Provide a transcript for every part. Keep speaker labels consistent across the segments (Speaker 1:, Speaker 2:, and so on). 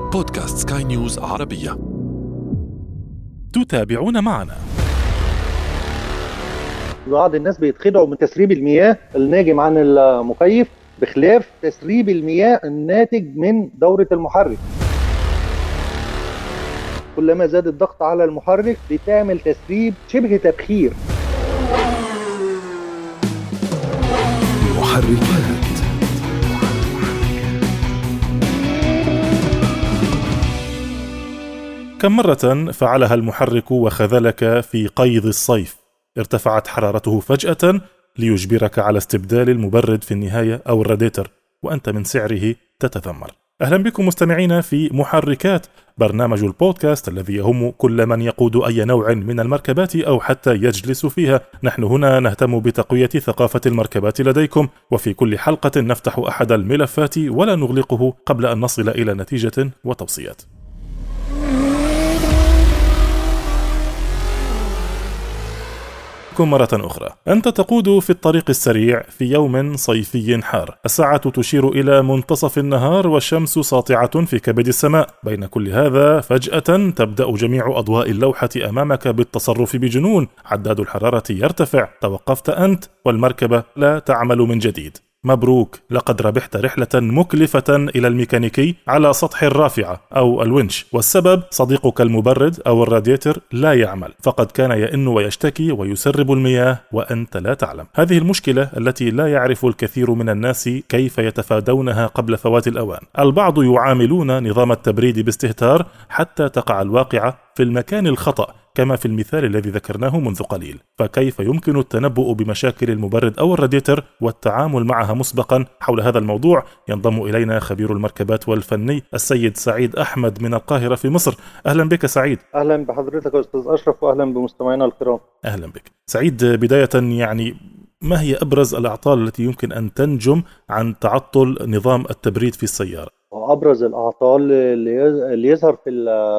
Speaker 1: بودكاست سكاي نيوز عربية.
Speaker 2: تتابعون معنا.
Speaker 3: بعض الناس بيتخدعوا من تسريب المياه الناجم عن المكيف بخلاف تسريب المياه الناتج من دورة المحرك. كلما زاد الضغط على المحرك بتعمل تسريب شبه تبخير.
Speaker 1: محركات.
Speaker 2: كم مرة فعلها المحرك وخذلك في قيظ الصيف؟ ارتفعت حرارته فجأة ليجبرك على استبدال المبرد في النهاية أو الراديتر وأنت من سعره تتذمر. أهلا بكم مستمعين في محركات، برنامج البودكاست الذي يهم كل من يقود أي نوع من المركبات أو حتى يجلس فيها. نحن هنا نهتم بتقوية ثقافة المركبات لديكم، وفي كل حلقة نفتح أحد الملفات ولا نغلقه قبل أن نصل إلى نتيجة وتوصيات. مرة أخرى، أنت تقود في الطريق السريع في يوم صيفي حار، الساعة تشير إلى منتصف النهار والشمس ساطعة في كبد السماء. بين كل هذا فجأة تبدأ جميع أضواء اللوحة أمامك بالتصرف بجنون، عداد الحرارة يرتفع، توقفت أنت والمركبة لا تعمل من جديد. مبروك، لقد ربحت رحلة مكلفة إلى الميكانيكي على سطح الرافعة أو الونش، والسبب صديقك المبرد أو الراديتر لا يعمل، فقد كان يئن ويشتكي ويسرب المياه وأنت لا تعلم. هذه المشكلة التي لا يعرف الكثير من الناس كيف يتفادونها قبل فوات الأوان. البعض يعاملون نظام التبريد باستهتار حتى تقع الواقعة في المكان الخطأ كما في المثال الذي ذكرناه منذ قليل. فكيف يمكن التنبؤ بمشاكل المبرد أو الراديتر والتعامل معها مسبقا؟ حول هذا الموضوع ينضم إلينا خبير المركبات والفني السيد سعيد أحمد من القاهرة في مصر. أهلا بك سعيد.
Speaker 3: أهلا بحضرتك أستاذ أشرف، وأهلا بمستمعينا الكرام.
Speaker 2: أهلا بك سعيد. بداية ما هي أبرز الأعطال التي يمكن أن تنجم عن تعطل نظام التبريد في السيارة؟
Speaker 3: وأبرز الأعطال اللي يظهر في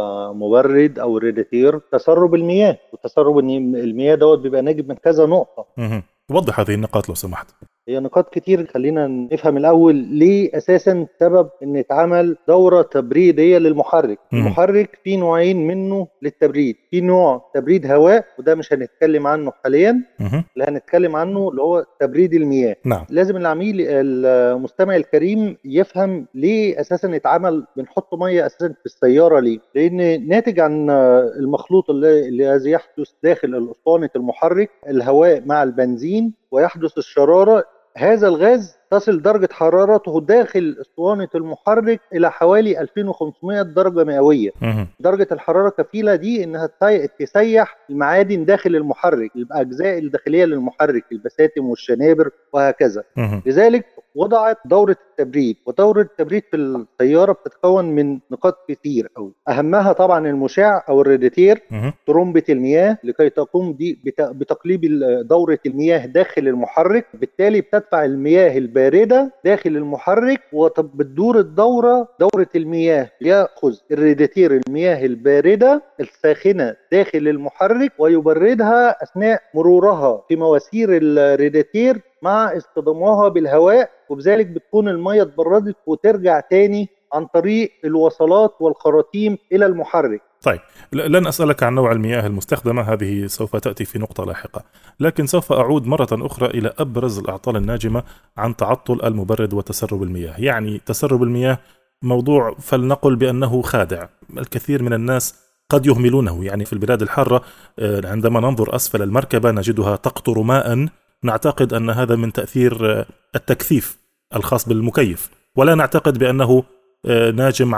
Speaker 3: المبرد أو الراديتير تسرب المياه، وتسرب المياه دوت بيبقى ناجم من كذا نقطة.
Speaker 2: وضح هذه النقاط لو سمحت.
Speaker 3: هي نقاط كتير، خلينا نفهم الأول ليه أساسا سبب إن يتعمل دورة تبريدية للمحرك. المحرك في نوعين منه للتبريد، في نوع تبريد هواء وده مش هنتكلم عنه حاليا، اللي هنتكلم عنه اللي هو تبريد المياه.
Speaker 2: نعم.
Speaker 3: لازم العميل المستمع الكريم يفهم ليه أساسا يتعمل بنحط مية أساسا في السيارة. ليه؟ لأن ناتج عن المخلوط الذي يحدث داخل الأسطوانة المحرك، الهواء مع البنزين، ويحدث الشرارة. هذا الغاز تصل درجة حرارته داخل اسطوانة المحرك إلى حوالي 2500 درجة مئوية. درجة الحرارة كفيلة دي إنها تسيح المعادن داخل المحرك، الأجزاء الداخلية للمحرك، البساتم والشنابر وهكذا. لذلك وضعت دورة التبريد. ودورة التبريد في السيارة بتتكون من نقاط كتير أوي، أهمها طبعا المشع أو الراديتير، ترمبة المياه لكي تقوم دي بتقليب دورة المياه داخل المحرك، بالتالي بتدفع المياه الباردة داخل المحرك وبتدور الدورة. دورة المياه يأخذ الراديتير المياه الباردة الساخنة داخل المحرك ويبردها أثناء مرورها في مواسير الراديتير مع اصطدامها بالهواء، وبذلك بتكون المية اتبردت وترجع تاني عن طريق الوصلات والخراطيم إلى المحرك.
Speaker 2: طيب، لن أسألك عن نوع المياه المستخدمة، هذه سوف تأتي في نقطة لاحقة، لكن سوف أعود مرة أخرى إلى أبرز الأعطال الناجمة عن تعطل المبرد وتسرب المياه. يعني تسرب المياه موضوع فلنقل بأنه خادع، الكثير من الناس قد يهملونه. يعني في البلاد الحارة عندما ننظر أسفل المركبة نجدها تقطر ماء، نعتقد أن هذا من تأثير التكثيف الخاص بالمكيف، ولا نعتقد بأنه ناجم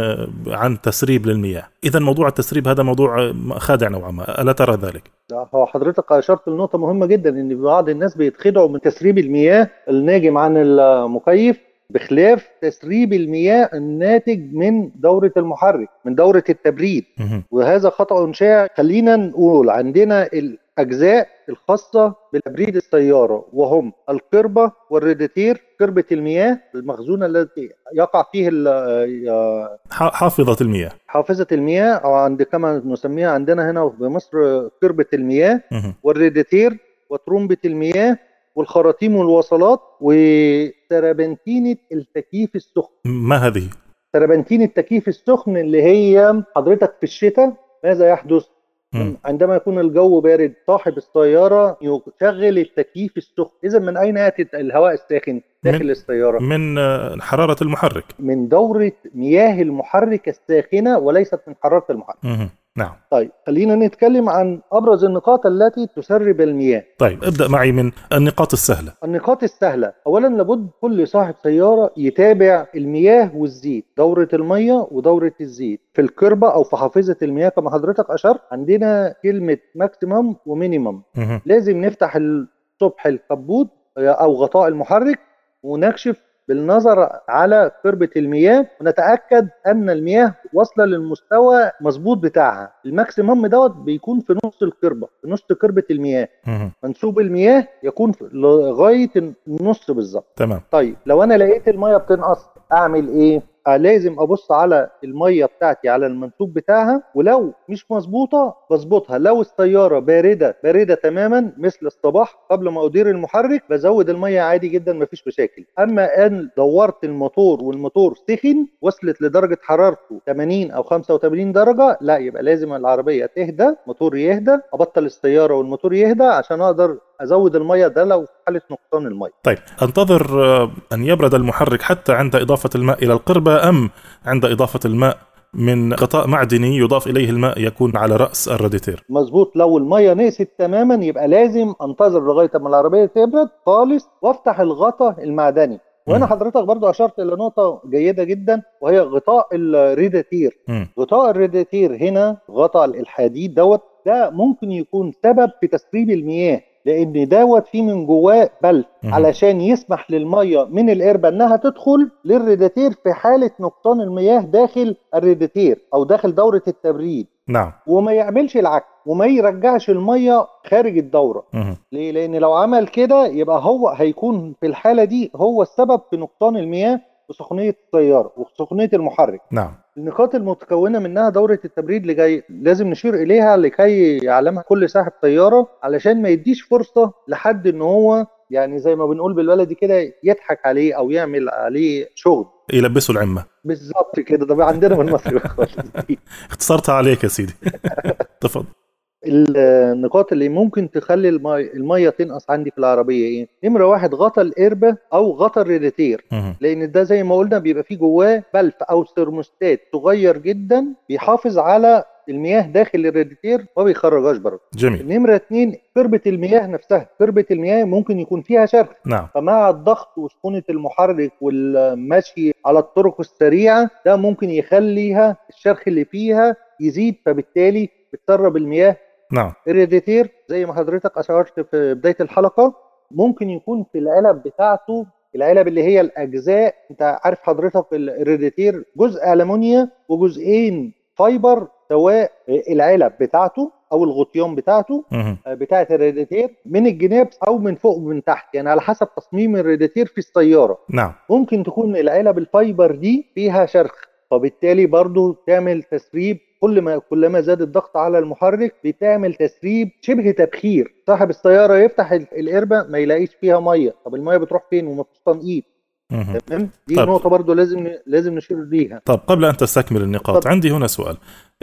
Speaker 2: عن تسريب للمياه. إذا موضوع التسريب هذا موضوع خادع نوعا ما، ألا ترى ذلك؟
Speaker 3: هو حضرتك أشرت لنقطة مهمة جدا، إن بعض الناس بيتخدعوا من تسريب المياه الناجم عن المكيف بخلاف تسريب المياه الناتج من دورة المحرك، من دورة التبريد. وهذا خطأ شائع. خلينا نقول عندنا الأجزاء الخاصة بتبريد السيارة، وهم القربة والراديتير. قربة المياه المخزونة التي يقع فيه
Speaker 2: حافظة المياه،
Speaker 3: حافظة المياه، أو عند كما نسميها عندنا هنا في مصر قربة المياه، والراديتير وترمبة المياه والخراطيم والوصلات وسربنتينة التكييف السخن.
Speaker 2: ما هذه؟
Speaker 3: تربنتين التكييف السخن اللي هي حضرتك في الشتاء ماذا يحدث؟ عندما يكون الجو بارد صاحب السيارة يشغل التكييف السخن. إذا من أين يأتي الهواء الساخن داخل السيارة؟
Speaker 2: من حرارة المحرك،
Speaker 3: من دورة مياه المحرك الساخنة وليست من حرارة المحرك.
Speaker 2: نعم.
Speaker 3: طيب خلينا نتكلم عن أبرز النقاط التي تسرب المياه.
Speaker 2: طيب ابدأ معي من النقاط السهلة.
Speaker 3: النقاط السهلة، أولا لابد كل صاحب سيارة يتابع المياه والزيت، دورة المية ودورة الزيت في الكربة أو في حافظة المياه. كما حضرتك أشرت عندنا كلمة ماكسيمم ومينيمم. لازم نفتح الصبح الكبوت أو غطاء المحرك ونكشف بالنظر على كربة المياه ونتأكد أن المياه واصلة للمستوى مظبوط بتاعها. الماكسيمم دوت بيكون في نص الكربة، في نص كربة المياه. منسوب المياه يكون لغاية النص بالظبط.
Speaker 2: تمام.
Speaker 3: طيب لو أنا لقيت المياه بتنقص أعمل إيه؟ لازم ابص على الميه بتاعتي على المنسوب بتاعها، ولو مش مظبوطه بظبطها. لو السياره بارده تماما مثل الصباح قبل ما ادير المحرك بزود الميه عادي جدا مفيش مشاكل. اما ان دورت الموتور والموتور سخن وصلت لدرجه حرارته 80 او 85 درجه، لا يبقى لازم العربيه تهدى، موتور يهدى، ابطل السياره والموتور يهدى عشان اقدر ازود الميه. ده لو في حاله نقصان الميه.
Speaker 2: طيب انتظر ان يبرد المحرك حتى عند اضافه الماء الى القربه، ام عند اضافه الماء من غطاء معدني يضاف اليه الماء يكون على راس الراديتير؟
Speaker 3: مظبوط. لو الميه نقصت تماما يبقى لازم انتظر لغايه ما العربيه تبرد خالص وافتح الغطاء المعدني. وانا حضرتك برضو اشرت الى نقطه جيده جدا وهي غطاء الراديتير. غطاء الراديتير هنا غطاء الحديد دوت، ده ممكن يكون سبب في تسريب المياه، لان دوت فيه من جواه بلف علشان يسمح للميه من القربه انها تدخل للراديتير في حاله نقصان المياه داخل الراديتير او داخل دوره التبريد.
Speaker 2: نعم.
Speaker 3: وما يعملش العكس وما يرجعش الميه خارج الدوره. ليه؟ لان لو عمل كده يبقى هو هيكون في الحاله دي هو السبب في نقصان المياه وسخونيه السياره وسخونيه المحرك.
Speaker 2: نعم.
Speaker 3: النقاط المتكونه منها دوره التبريد اللي جاي لازم نشير اليها لكي يعلمها كل صاحب سياره، علشان ما يديش فرصه لحد ان هو يعني زي ما بنقول بالبلدي كده يضحك عليه او يعمل عليه شغل،
Speaker 2: يلبسه العمه.
Speaker 3: بالظبط كده. ده عندنا من مصر
Speaker 2: اختصرتها عليك يا سيدي. تفضل.
Speaker 3: النقاط اللي ممكن تخلي الميه تنقص عندي في العربيه ايه؟ نمره واحد غطا القربه او غطا الراديتير، لان ده زي ما قلنا بيبقى فيه جواه بلف او ثرموستات صغير جدا بيحافظ على المياه داخل الراديتير ما بيخرجهاش بره.
Speaker 2: جميل.
Speaker 3: نمره اتنين كربة المياه نفسها. كربة المياه ممكن يكون فيها شرخ.
Speaker 2: نعم.
Speaker 3: فمع الضغط وسخونة المحرك والمشي على الطرق السريعة ده ممكن يخليها الشرخ اللي فيها يزيد، فبالتالي بتسرب المياه.
Speaker 2: نعم.
Speaker 3: الراديتير زي ما حضرتك أشرت في بداية الحلقة ممكن يكون في العلب بتاعته، العلب اللي هي الأجزاء، أنت عارف حضرتك الراديتير جزء ألمونيا وجزئين فايبر، سواء العلب بتاعته او الغطيان بتاعته بتاعه الراديتير من الجناب او من فوق ومن تحت، يعني على حسب تصميم الراديتير في السياره.
Speaker 2: نعم.
Speaker 3: ممكن تكون العلب الفايبر دي فيها شرخ، فبالتالي برضو تعمل تسريب. كلما زاد الضغط على المحرك بتعمل تسريب شبه تبخير. صاحب السياره يفتح القربه ما يلاقيش فيها ميه، طب الميه بتروح فين وما فيش تنقيط. تمام. دي نقطة برضو لازم نشير ليها.
Speaker 2: طب قبل أن تستكمل النقاط عندي هنا سؤال.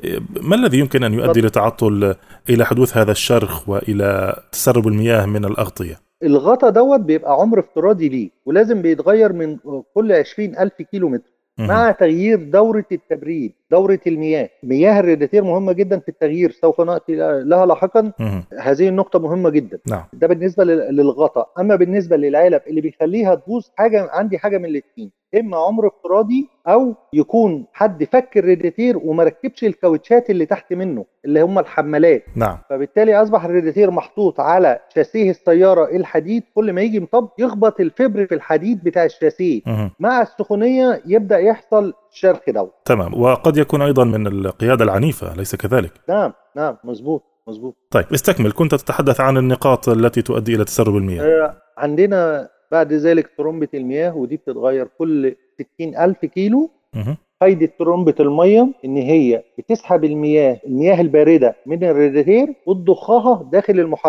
Speaker 2: ما الذي يمكن أن يؤدي لتعطل إلى حدوث هذا الشرخ وإلى تسرب المياه من الأغطية؟
Speaker 3: الغطا دوت بيبقى عمر افتراضي ليه ولازم بيتغير من كل 20,000 كيلو متر مع تغيير دورة التبريد، دورة المياه. مياه الراديتير مهمة جدا في التغيير، سوف نأتي لها لاحقا. هذه النقطة مهمة جدا.
Speaker 2: نعم.
Speaker 3: ده بالنسبة للغطا. أما بالنسبة للعلب اللي بيخليها تبوظ عندي حاجة من الاثنين، إما عمر افتراضي أو يكون حد فك الراديتير وما ركبش الكاوتشات اللي تحت منه اللي هم الحمالات.
Speaker 2: نعم.
Speaker 3: فبالتالي أصبح الراديتير محطوط على شاسيه السيارة الحديد، كل ما يجي مطب يخبط الفبر في الحديد بتاع الشاسيه مع السخونية يبدأ يحصل الشرخ دوت.
Speaker 2: تمام. وقد يكون أيضا من القيادة العنيفة، أليس كذلك؟
Speaker 3: نعم مظبوط.
Speaker 2: طيب استكمل، كنت تتحدث عن النقاط التي تؤدي إلى تسرب المياه.
Speaker 3: عندنا بعد ذلك ترمبة المياه، ودي بتتغير كل 60,000 كيلو. فايدة ترمبة المية إن هي بتسحب المياه الباردة من الراديتير وتضخها داخل المحرك.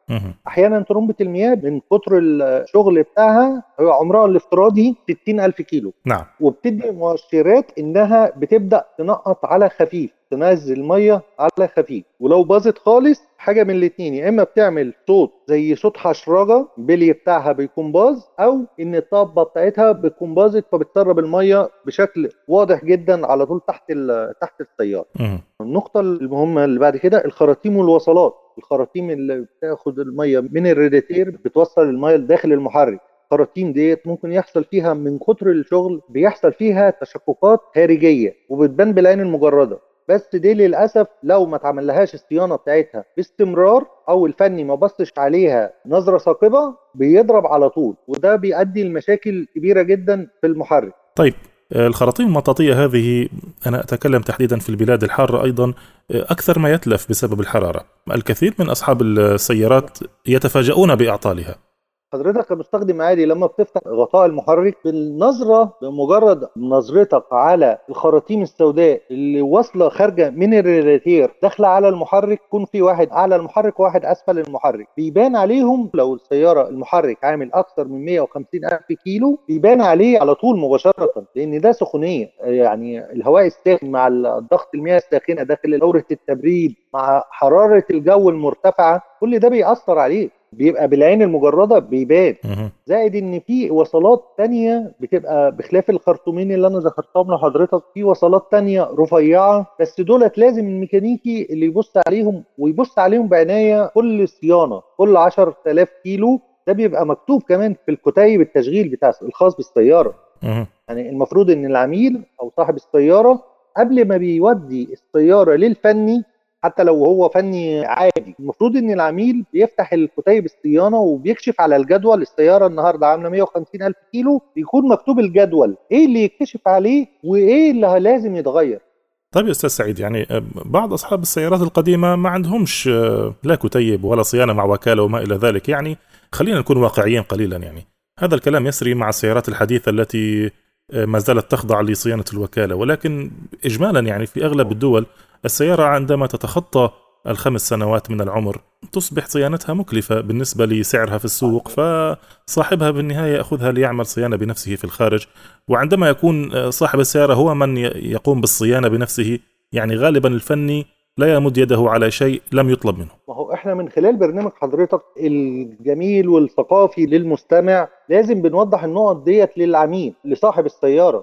Speaker 3: احيانا ترمبة المياه من كتر الشغل بتاعها هو عمرها الافتراضي 60,000 كيلو.
Speaker 2: نعم.
Speaker 3: وبتدي مؤشرات انها بتبدا تنقط على خفيف، تنزل ميه على خفيف. ولو باظت خالص حاجه من الاثنين، يا اما بتعمل صوت زي صوت حشرجه، البلي بتاعها بيكون باظ، او ان الطابه بتاعتها بتكون باظت فبتسرب الميه بشكل واضح جدا على طول تحت السياره. النقطه المهمه اللي بعد كده الخراطيم والوصلات. الخراطيم اللي بتاخد الميه من الرادياتير بتوصل الميه لداخل المحرك، الخراطيم ديت ممكن يحصل فيها من كتر الشغل بيحصل فيها تشققات خارجيه وبتبان بالعين المجرده. بس دي للاسف لو ما اتعملهاش الصيانه بتاعتها باستمرار او الفني ما بصش عليها نظره ثاقبه بيضرب على طول، وده بيؤدي لمشاكل كبيره جدا في المحرك.
Speaker 2: طيب، الخراطيم المطاطية هذه أنا أتكلم تحديدا في البلاد الحارة أيضا أكثر ما يتلف بسبب الحرارة. الكثير من أصحاب السيارات يتفاجؤون بأعطالها.
Speaker 3: حضرتك كمستخدم عادي لما بتفتح غطاء المحرك بالنظرة، بمجرد نظرتك على الخراطيم السوداء اللي واصلة خارجة من الرادياتير داخلة على المحرك، يكون في واحد أعلى المحرك وواحد أسفل المحرك، بيبان عليهم لو السيارة المحرك عامل أكثر من 150 ألف كيلو بيبان عليه على طول مباشرة، لأن ده سخونية. يعني الهواء الساخن مع الضغط المياه الساخنة داخل دورة التبريد مع حرارة الجو المرتفعة، كل ده بيأثر عليه، بيبقى بالعين المجردة بيبان. زائد ان في وصلات تانية بتبقى بخلاف الخرطومين اللي انا ذكرتهم لحضرتك، في وصلات تانية رفيعة، بس دولت لازم الميكانيكي اللي يبص عليهم ويبص عليهم بعناية كل صيانة كل 10,000 كيلو. ده بيبقى مكتوب كمان في الكتيب التشغيل بتاع الخاص بالسيارة. يعني المفروض ان العميل او صاحب السيارة قبل ما بيودي السيارة للفني، حتى لو هو فني عادي، المفروض ان العميل بيفتح الكتيب الصيانه وبيكشف على الجدول. السياره النهارده عامله 150 الف كيلو، بيكون مكتوب الجدول ايه اللي يكتشف عليه وايه اللي لازم يتغير.
Speaker 2: طيب يا أستاذ سعيد، يعني بعض أصحاب السيارات القديمة ما عندهمش لا كتيب ولا صيانة مع وكالة وما إلى ذلك. يعني خلينا نكون واقعيين قليلا، يعني هذا الكلام يسري مع السيارات الحديثة التي ما زالت تخضع لصيانة الوكالة، ولكن إجمالا يعني في أغلب الدول السيارة عندما تتخطى 5 سنوات من العمر تصبح صيانتها مكلفة بالنسبة لسعرها في السوق، فصاحبها بالنهاية يأخذها ليعمل صيانة بنفسه في الخارج. وعندما يكون صاحب السيارة هو من يقوم بالصيانة بنفسه، يعني غالبا الفني لا يمد يده على شيء لم يطلب منه.
Speaker 3: ما هو احنا من خلال برنامج حضرتك الجميل والثقافي للمستمع لازم بنوضح النقط ديت للعميل لصاحب السيارة،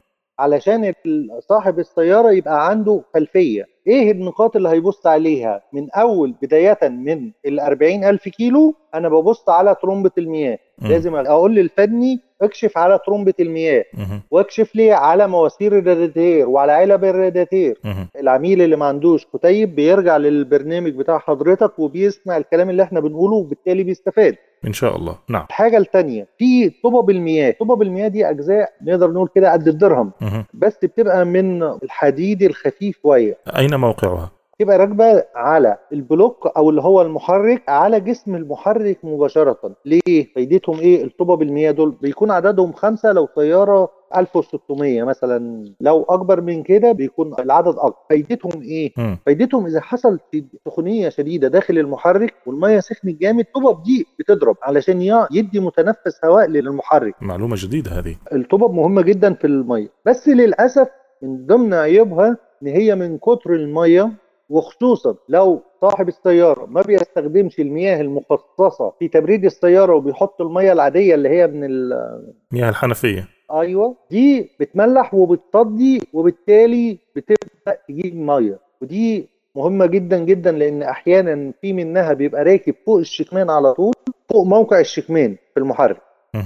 Speaker 3: علشان صاحب السيارة يبقى عنده خلفية ايه النقاط اللي هيبص عليها. من اول بداية من 40 ألف كيلو انا ببص على ترمبة المياه، لازم اقول للفني اكشف على ترمبة المياه، واكشف لي على مواسير الرادياتير وعلى علب الرادياتير. العميل اللي ما عندوش كتيب بيرجع للبرنامج بتاع حضرتك وبيسمع الكلام اللي احنا بنقوله وبالتالي بيستفاد
Speaker 2: إن شاء الله. نعم.
Speaker 3: الحاجة التانية في طبب المياه. طبب المياه دي أجزاء نقدر نقول كده قد الدرهم، بس بتبقى من الحديد الخفيف شوية.
Speaker 2: أين موقعها؟
Speaker 3: تبقى راكبة على البلوك أو اللي هو المحرك على جسم المحرك مباشرة. ليه؟ فايدتهم إيه؟ الطبب المياه دول بيكون عددهم 5 لو سيارة 1600 مثلا، لو اكبر من كده بيكون العدد اكبر. فايدتهم ايه؟ فايدتهم اذا حصل سخونيه شديده داخل المحرك والميه سخنت جامد، الطبب دي بتضرب علشان يدي متنفس هواء للمحرك.
Speaker 2: معلومه جديده هذه.
Speaker 3: الطبب مهمه جدا في الميه، بس للاسف من ضمن عيوبها ان هي من كتر الميه، وخصوصا لو صاحب السيارة ما بيستخدمش المياه المخصصة في تبريد السيارة وبيحط المياه العادية اللي هي من
Speaker 2: المياه الحنفية،
Speaker 3: ايوه، دي بتملح وبتصدي وبالتالي بتبدأ تجيب مياه. ودي مهمة جدا جدا، لان احيانا في منها بيبقى راكب فوق الشكمان على طول، فوق موقع الشكمان في المحرك.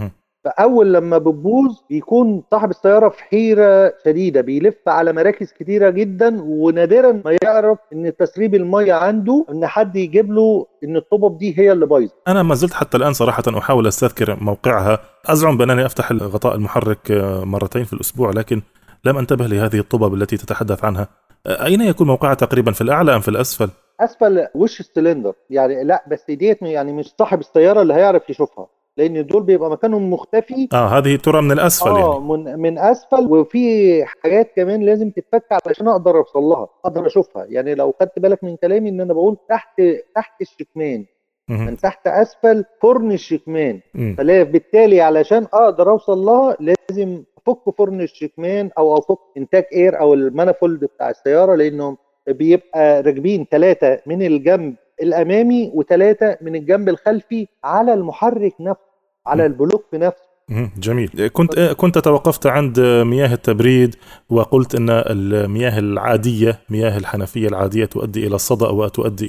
Speaker 3: فأول لما بتبوظ بيكون صاحب السيارة في حيرة شديدة، بيلف على مراكز كتيرة جدا، ونادرا ما يعرف ان تسريب المية عنده ان حد يجيب له ان الطبب دي هي اللي بايظة.
Speaker 2: أنا ما زلت حتى الآن صراحة أحاول أستذكر موقعها. أزعم بأنني أفتح غطاء المحرك مرتين في الأسبوع، لكن لم أنتبه لهذه الطبب التي تتحدث عنها. أين يكون موقعها تقريبا؟ في الأعلى أم في الأسفل؟
Speaker 3: أسفل وش السلندر يعني. لا بس ديت يعني مش صاحب السيارة اللي هيعرف يشوفها، لان دول بيبقى مكانهم مختفي.
Speaker 2: هذه ترى من الاسفل
Speaker 3: يعني من اسفل، وفي حاجات كمان لازم تتفك علشان اقدر اوصل لها، اقدر اشوفها. يعني لو خدت بالك من كلامي ان انا بقول تحت الشكمان، من تحت اسفل فرن الشكمان. فبالتالي علشان اقدر اوصل لها لازم افك فرن الشكمان او افك انتاك اير او المانيفولد بتاع السياره، لانه بيبقى راكبين 3 من الجنب الامامي و3 من الجنب الخلفي على المحرك نفسه، على البلوك نفسه.
Speaker 2: جميل. كنت توقفت عند مياه التبريد وقلت ان المياه العاديه، مياه الحنفيه العاديه تؤدي الى الصدأ وتؤدي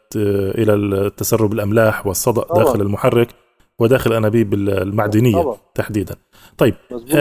Speaker 2: الى التسرب الاملاح والصدأ داخل المحرك وداخل الانابيب المعدنيه تحديدا. طيب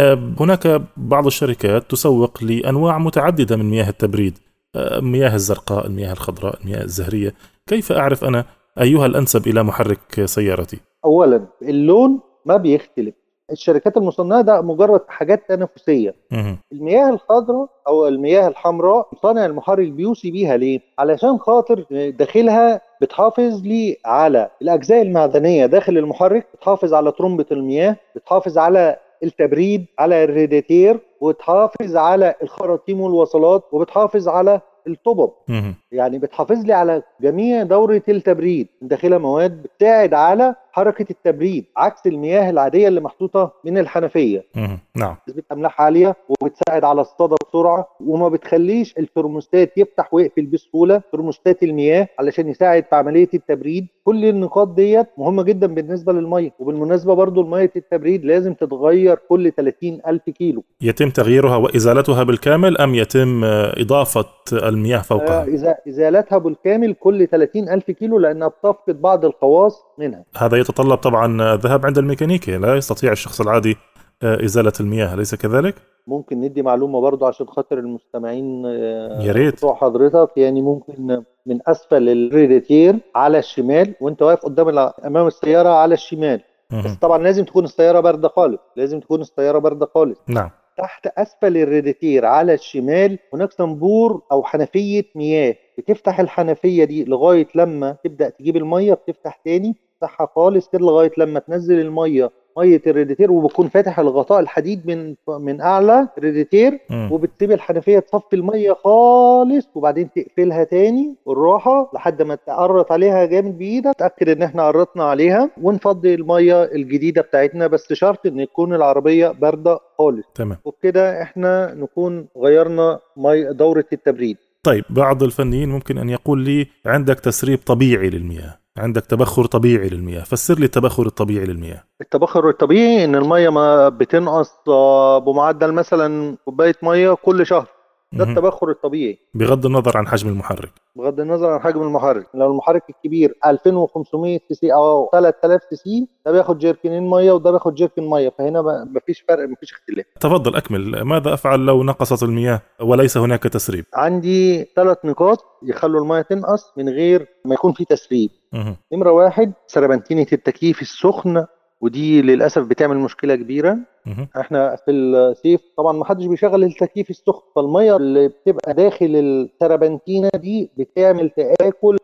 Speaker 2: هناك بعض الشركات تسوق لانواع متعدده من مياه التبريد، مياه الزرقاء، المياه الخضراء، المياه الزهريه. كيف اعرف انا ايها الانسب الى محرك سيارتي؟
Speaker 3: اولا اللون ما بيختلف، الشركات المصنعه ده مجرد حاجات تنافسيه. المياه الخضراء او المياه الحمراء صانع المحرك بيوصي بيها ليه؟ علشان خاطر داخلها بتحافظ لي على الاجزاء المعدنيه داخل المحرك، بتحافظ على ترمبه المياه، بتحافظ على التبريد، على الرادياتير، وتحافظ على الخراطيم والوصلات، وبتحافظ على الطبب. يعني بتحافظ لي على جميع دورة التبريد، داخلها مواد بتساعد على حركة التبريد عكس المياه العادية اللي محطوطة من الحنفية.
Speaker 2: نعم.
Speaker 3: نسبة أملاح عالية وبتساعد على الصدى بسرعة، وما بتخليش الترموستات يفتح ويقفل بسهولة، ترموستات المياه علشان يساعد في عملية التبريد. كل النقاط ديت مهمة جدا بالنسبة للمية. وبالمناسبة برضو المية التبريد لازم تتغير كل 30,000 كيلو.
Speaker 2: يتم تغييرها وإزالتها بالكامل أم يتم إضافة المياه فوقها؟
Speaker 3: إزالتها بالكامل كل 30,000 كيلو، لأنها بتفقد بعض الخواص منها.
Speaker 2: هذا يتطلب طبعا ذهاب عند الميكانيكي، لا يستطيع الشخص العادي إزالة المياه، أليس كذلك؟
Speaker 3: ممكن ندي معلومة برضو عشان خاطر المستمعين
Speaker 2: يا ريت.
Speaker 3: بتوع حضرتك. يعني ممكن من أسفل الرادياتير على الشمال وانت واقف أمام السيارة على الشمال، بس طبعا لازم تكون السيارة باردة خالص، لازم تكون السيارة باردة خالص.
Speaker 2: نعم.
Speaker 3: تحت أسفل الرادياتير على الشمال هناك صنبور أو حنفية مياه، بتفتح الحنفية دي لغاية لما تبدأ تجيب المية، بتفتح تاني تفتحها خالص كده لغاية لما تنزل المية، مية الرادياتير، وبكون فاتح الغطاء الحديد من أعلى الرادياتير، وبتسيب الحنفية تصفي المية خالص، وبعدين تقفلها تاني بالراحة لحد ما تقرط عليها جامد بإيدك، تأكد إن احنا قرطنا عليها، ونفضي المية الجديدة بتاعتنا، بس شرط إن يكون العربية باردة خالص.
Speaker 2: تمام.
Speaker 3: وبكده احنا نكون غيرنا دورة التبريد.
Speaker 2: طيب بعض الفنيين ممكن أن يقول لي عندك تسريب طبيعي للمياه، عندك تبخر طبيعي للمياه، فسر لي التبخر الطبيعي للمياه.
Speaker 3: التبخر الطبيعي ان المية ما بتنقص بمعدل مثلا كوباية مية كل شهر، ده التبخر الطبيعي
Speaker 2: بغض النظر عن حجم المحرك.
Speaker 3: بغض النظر عن حجم المحرك. لو المحرك الكبير 2500 سي سي او 3000 سي سي، ده بياخد جيركنين ميه وده بياخد جيركن ميه، فهنا مفيش فرق، مفيش اختلاف.
Speaker 2: تفضل أكمل. ماذا أفعل لو نقصت المياه وليس هناك تسريب؟
Speaker 3: عندي 3 نقاط يخلوا المياه تنقص من غير ما يكون في تسريب. نمرة 1 سربنتينة التكييف السخن، ودي للأسف بتعمل مشكلة كبيرة. احنا في الصيف طبعا ما حدش بيشغل التكييف السخن، فالمية اللي بتبقى داخل السربنتينة دي بتعمل تآكل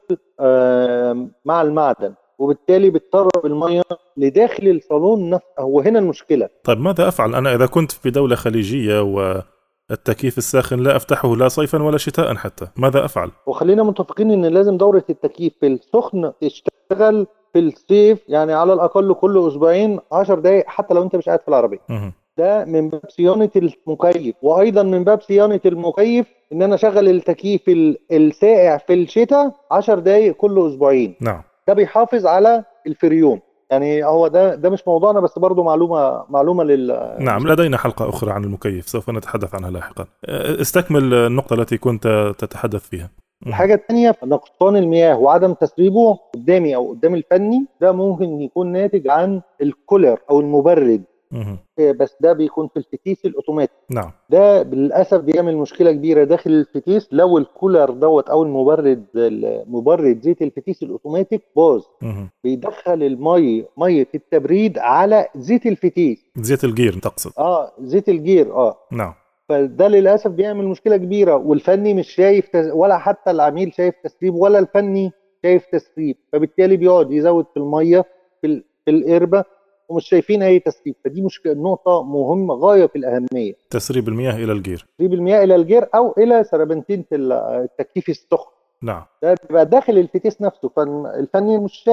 Speaker 3: مع المعدن، وبالتالي بتطرب المية لداخل الصالون نفسه، وهنا المشكلة.
Speaker 2: طيب ماذا أفعل أنا إذا كنت في دولة خليجية والتكييف الساخن لا أفتحه لا صيفا ولا شتاء حتى، ماذا أفعل؟
Speaker 3: وخلينا متفقين إن لازم دورة التكييف في السخن تشتغل في الصيف، يعني على الأقل كل أسبوعين 10 دقايق حتى لو أنت مش قاعد في العربية. ده من باب صيانة المكيف، وأيضا من باب صيانة المكيف إن أنا أشغل التكييف الساقع في الشتاء 10 دقايق كل أسبوعين.
Speaker 2: نعم.
Speaker 3: ده بيحافظ على الفريون. يعني هو ده مش موضوعنا، بس برضو معلومة
Speaker 2: نعم، لدينا حلقة أخرى عن المكيف سوف نتحدث عنها لاحقا. استكمل النقطة التي كنت تتحدث فيها.
Speaker 3: الحاجة الثانية نقصان المياه وعدم تسريبه قدامي أو قدام الفني، ده ممكن يكون ناتج عن الكولر أو المبرد. بس ده بيكون في الفتيس الأوتوماتيك.
Speaker 2: نعم.
Speaker 3: ده للأسف بيعمل مشكلة كبيرة داخل الفتيس لو الكولر دوت أو المبرد زيت الفتيس الأوتوماتيك باظ، بيدخل مية التبريد على زيت الفتيس.
Speaker 2: زيت الجير تقصد؟
Speaker 3: زيت الجير.
Speaker 2: نعم.
Speaker 3: فده للأسف بيعمل مشكلة كبيرة، والفني مش شايف ولا حتى العميل شايف تسريب ولا الفني شايف تسريب، فبالتالي بيقعد يزود في المية في القربة ومش شايفين أي تسريب. فدي نقطة مهمة غاية في الأهمية.
Speaker 2: تسريب المياه إلى الجير.
Speaker 3: تسريب المياه إلى الجير أو إلى سربنتينة التكييف السخن.
Speaker 2: نعم.
Speaker 3: ده بيبقى داخل الفتيس نفسه، فالفني مش شايف.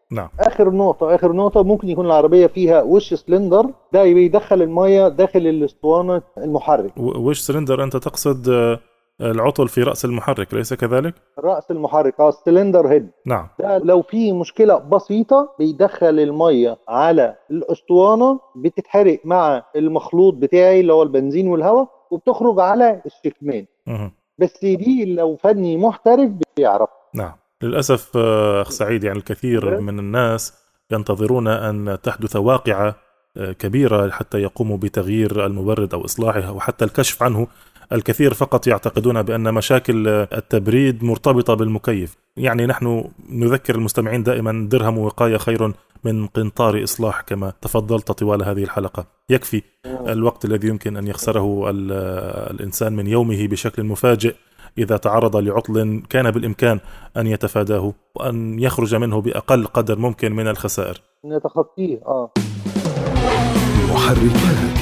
Speaker 2: نعم.
Speaker 3: آخر نقطة ممكن يكون العربية فيها وش سلندر، ده بيدخل المية داخل الاسطوانة المحرك.
Speaker 2: وش سلندر أنت تقصد العطل في رأس المحرك ليس كذلك؟
Speaker 3: رأس المحرك السلندر هيد.
Speaker 2: نعم.
Speaker 3: ده لو في مشكلة بسيطة بيدخل المية على الاسطوانة، بتتحرق مع المخلوط بتاعي اللي هو البنزين والهواء، وبتخرج على الشكمان. بس دي لو فني محترف بيعرف.
Speaker 2: نعم. للأسف أخ سعيد، يعني الكثير من الناس ينتظرون أن تحدث واقعة كبيرة حتى يقوموا بتغيير المبرد أو إصلاحه أو حتى الكشف عنه. الكثير فقط يعتقدون بأن مشاكل التبريد مرتبطة بالمكيف. يعني نحن نذكر المستمعين دائما درهم وقاية خير من قنطار إصلاح كما تفضلت طوال هذه الحلقة. يكفي الوقت الذي يمكن أن يخسره الإنسان من يومه بشكل مفاجئ إذا تعرض لعطل كان بالإمكان أن يتفاداه وأن يخرج منه بأقل قدر ممكن من الخسائر.
Speaker 3: نتخطيه.
Speaker 1: محركات.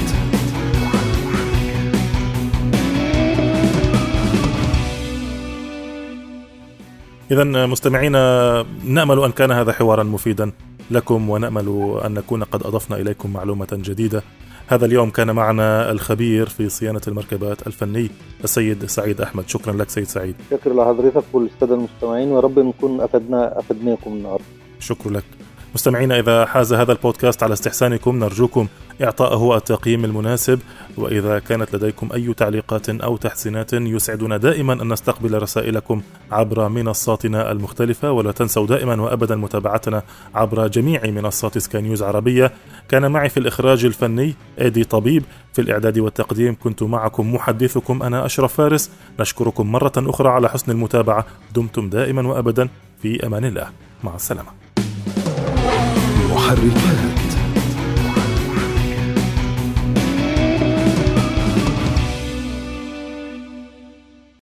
Speaker 2: إذن مستمعينا، نأمل أن كان هذا حوارا مفيدا لكم، ونأمل أن نكون قد أضفنا إليكم معلومة جديدة. هذا اليوم كان معنا الخبير في صيانة المركبات الفني السيد سعيد أحمد. شكرا لك سيد سعيد.
Speaker 3: شكرا لحضرتك والسادة المستمعين، ورب نكون أفدناكم النهارده.
Speaker 2: شكرا لك. مستمعينا، إذا حاز هذا البودكاست على استحسانكم نرجوكم إعطائه التقييم المناسب، وإذا كانت لديكم أي تعليقات أو تحسينات يسعدنا دائما أن نستقبل رسائلكم عبر منصاتنا المختلفة. ولا تنسوا دائما وأبدا متابعتنا عبر جميع منصات سكاي نيوز عربية. كان معي في الإخراج الفني إيدي طبيب، في الإعداد والتقديم كنت معكم محدثكم أنا أشرف فارس. نشكركم مرة أخرى على حسن المتابعة. دمتم دائما وأبدا في أمان الله. مع السلامة.
Speaker 1: محركات.